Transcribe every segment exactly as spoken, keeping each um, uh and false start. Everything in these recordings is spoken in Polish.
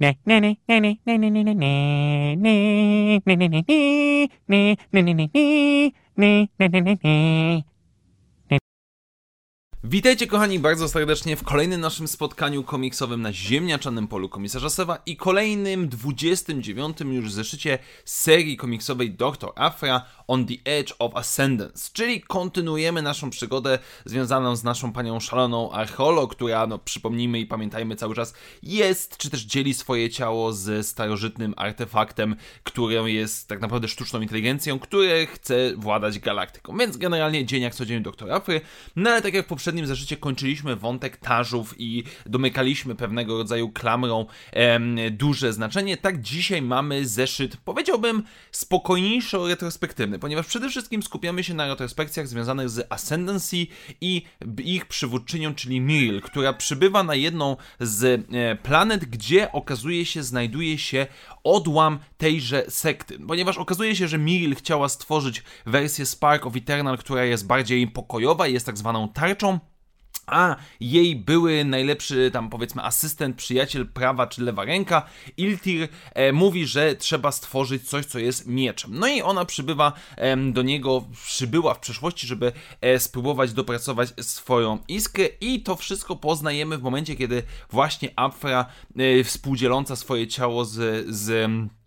Witajcie kochani bardzo serdecznie w kolejnym naszym spotkaniu komiksowym na ziemniaczanym polu komisarza Seva i kolejnym dwudziestym dziewiątym już zeszycie serii komiksowej doktor Aphra on the Edge of Ascendance, czyli kontynuujemy naszą przygodę związaną z naszą panią szaloną archeolog, która, no przypomnijmy i pamiętajmy cały czas, jest, czy też dzieli swoje ciało z starożytnym artefaktem, którym jest tak naprawdę sztuczną inteligencją, który chce władać galaktyką. Więc generalnie dzień jak co dzień doktor Aphry, no ale tak jak w poprzednim zeszycie kończyliśmy wątek tarzów i domykaliśmy pewnego rodzaju klamrą em, duże znaczenie, tak dzisiaj mamy zeszyt, powiedziałbym, spokojniejszo-retrospektywny, ponieważ przede wszystkim skupiamy się na retrospekcjach związanych z Ascendancy i ich przywódczynią, czyli Miril, która przybywa na jedną z e, planet, gdzie okazuje się, znajduje się odłam tejże sekty, ponieważ okazuje się, że Miril chciała stworzyć wersję Spark of Eternal, która jest bardziej pokojowa, jest tak zwaną tarczą, a jej były najlepszy tam powiedzmy asystent, przyjaciel, prawa czy lewa ręka, Iltir, e, mówi, że trzeba stworzyć coś, co jest mieczem. No i ona przybywa e, do niego, przybyła w przeszłości, żeby e, spróbować dopracować swoją iskrę i to wszystko poznajemy w momencie, kiedy właśnie Aphra, e, współdzieląca swoje ciało z... z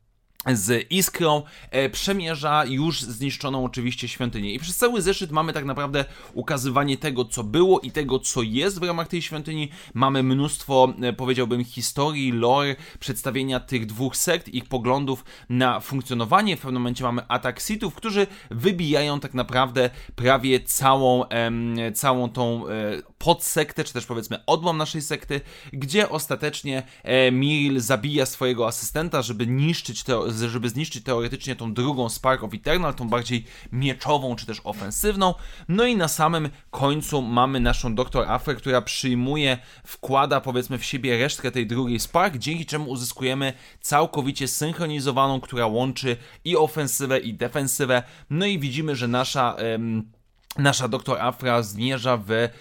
z iskrą e, przemierza już zniszczoną oczywiście świątynię. I przez cały zeszyt mamy tak naprawdę ukazywanie tego, co było i tego, co jest w ramach tej świątyni. Mamy mnóstwo, e, powiedziałbym, historii, lore, przedstawienia tych dwóch sekt, ich poglądów na funkcjonowanie. W pewnym momencie mamy atak Sithów, którzy wybijają tak naprawdę prawie całą, e, całą tą e, podsektę, czy też powiedzmy odłam naszej sekty, gdzie ostatecznie e, Miril zabija swojego asystenta, żeby niszczyć te żeby zniszczyć teoretycznie tą drugą Spark of Eternal, tą bardziej mieczową, czy też ofensywną. No i na samym końcu mamy naszą doktor Aphrę, która przyjmuje, wkłada powiedzmy w siebie resztkę tej drugiej Spark, dzięki czemu uzyskujemy całkowicie synchronizowaną, która łączy i ofensywę, i defensywę. No i widzimy, że nasza... Em, Nasza doktor Aphra zmierza w, e,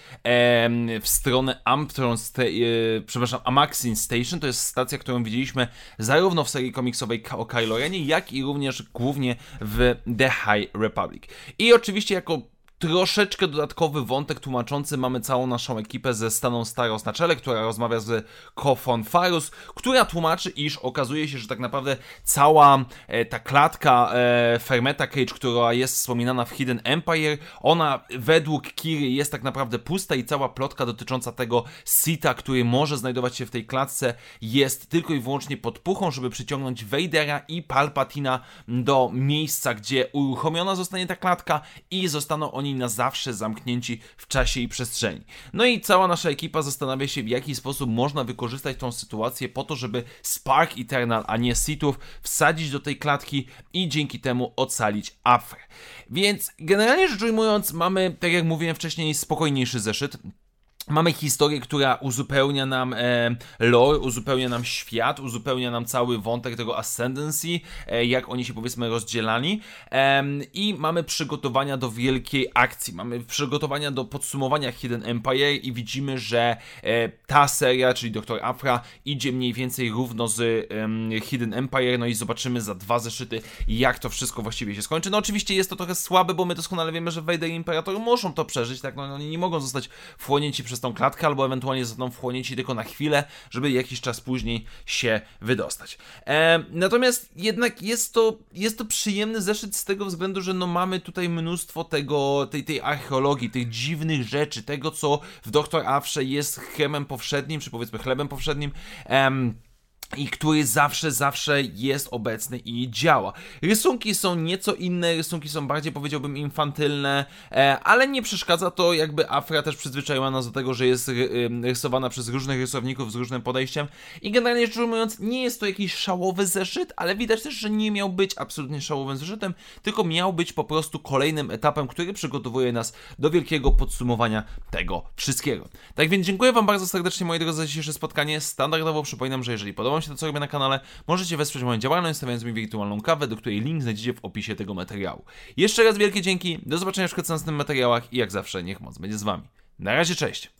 w stronę Amptron, sta- e, przepraszam, Amaxin Station. To jest stacja, którą widzieliśmy zarówno w serii komiksowej o Kylo Renie, jak i również głównie w The High Republic. I oczywiście jako troszeczkę dodatkowy wątek tłumaczący mamy całą naszą ekipę ze Staną Staros na czele, która rozmawia z Kofon Farus, która tłumaczy, iż okazuje się, że tak naprawdę cała e, ta klatka e, Fermeta Cage, która jest wspominana w Hidden Empire, ona według Kiry jest tak naprawdę pusta i cała plotka dotycząca tego Sitha, który może znajdować się w tej klatce, jest tylko i wyłącznie podpuchą, żeby przyciągnąć Vadera i Palpatina do miejsca, gdzie uruchomiona zostanie ta klatka i zostaną oni na zawsze zamknięci w czasie i przestrzeni. No i cała nasza ekipa zastanawia się, w jaki sposób można wykorzystać tą sytuację po to, żeby Spark Eternal, a nie Sithów, wsadzić do tej klatki i dzięki temu ocalić Aphrę. Więc generalnie rzecz ujmując, mamy, tak jak mówiłem wcześniej, spokojniejszy zeszyt. Mamy historię, która uzupełnia nam e, lore, uzupełnia nam świat, uzupełnia nam cały wątek tego Ascendancy, e, jak oni się powiedzmy rozdzielali e, i mamy przygotowania do wielkiej akcji, mamy przygotowania do podsumowania Hidden Empire i widzimy, że e, ta seria, czyli doktor Aphra, idzie mniej więcej równo z e, Hidden Empire, no i zobaczymy za dwa zeszyty, jak to wszystko właściwie się skończy. No oczywiście jest to trochę słabe, bo my doskonale wiemy, że Vader i Imperator muszą to przeżyć, tak, no oni nie mogą zostać wchłonięci przez tą klatkę, albo ewentualnie zostaną wchłonięci tylko na chwilę, żeby jakiś czas później się wydostać. E, natomiast jednak jest to, jest to przyjemny zeszyt z tego względu, że no mamy tutaj mnóstwo tego, tej, tej archeologii, tych dziwnych rzeczy, tego co w doktor Aphrze jest chlebem powszednim, czy powiedzmy chlebem powszednim, em, i który zawsze, zawsze jest obecny i działa. Rysunki są nieco inne, rysunki są bardziej, powiedziałbym, infantylne, e, ale nie przeszkadza to, jakby Aphra też przyzwyczaiła nas do tego, że jest ry, rysowana przez różnych rysowników z różnym podejściem i generalnie rzecz ujmując, nie jest to jakiś szałowy zeszyt, ale widać też, że nie miał być absolutnie szałowym zeszytem, tylko miał być po prostu kolejnym etapem, który przygotowuje nas do wielkiego podsumowania tego wszystkiego. Tak więc dziękuję Wam bardzo serdecznie, moi drodzy, za dzisiejsze spotkanie. Standardowo przypominam, że jeżeli podoba Wam się to, co robię na kanale, możecie wesprzeć moją działalność, stawiając mi wirtualną kawę, do której link znajdziecie w opisie tego materiału. Jeszcze raz wielkie dzięki, do zobaczenia w następnych materiałach i jak zawsze niech moc będzie z Wami. Na razie, cześć!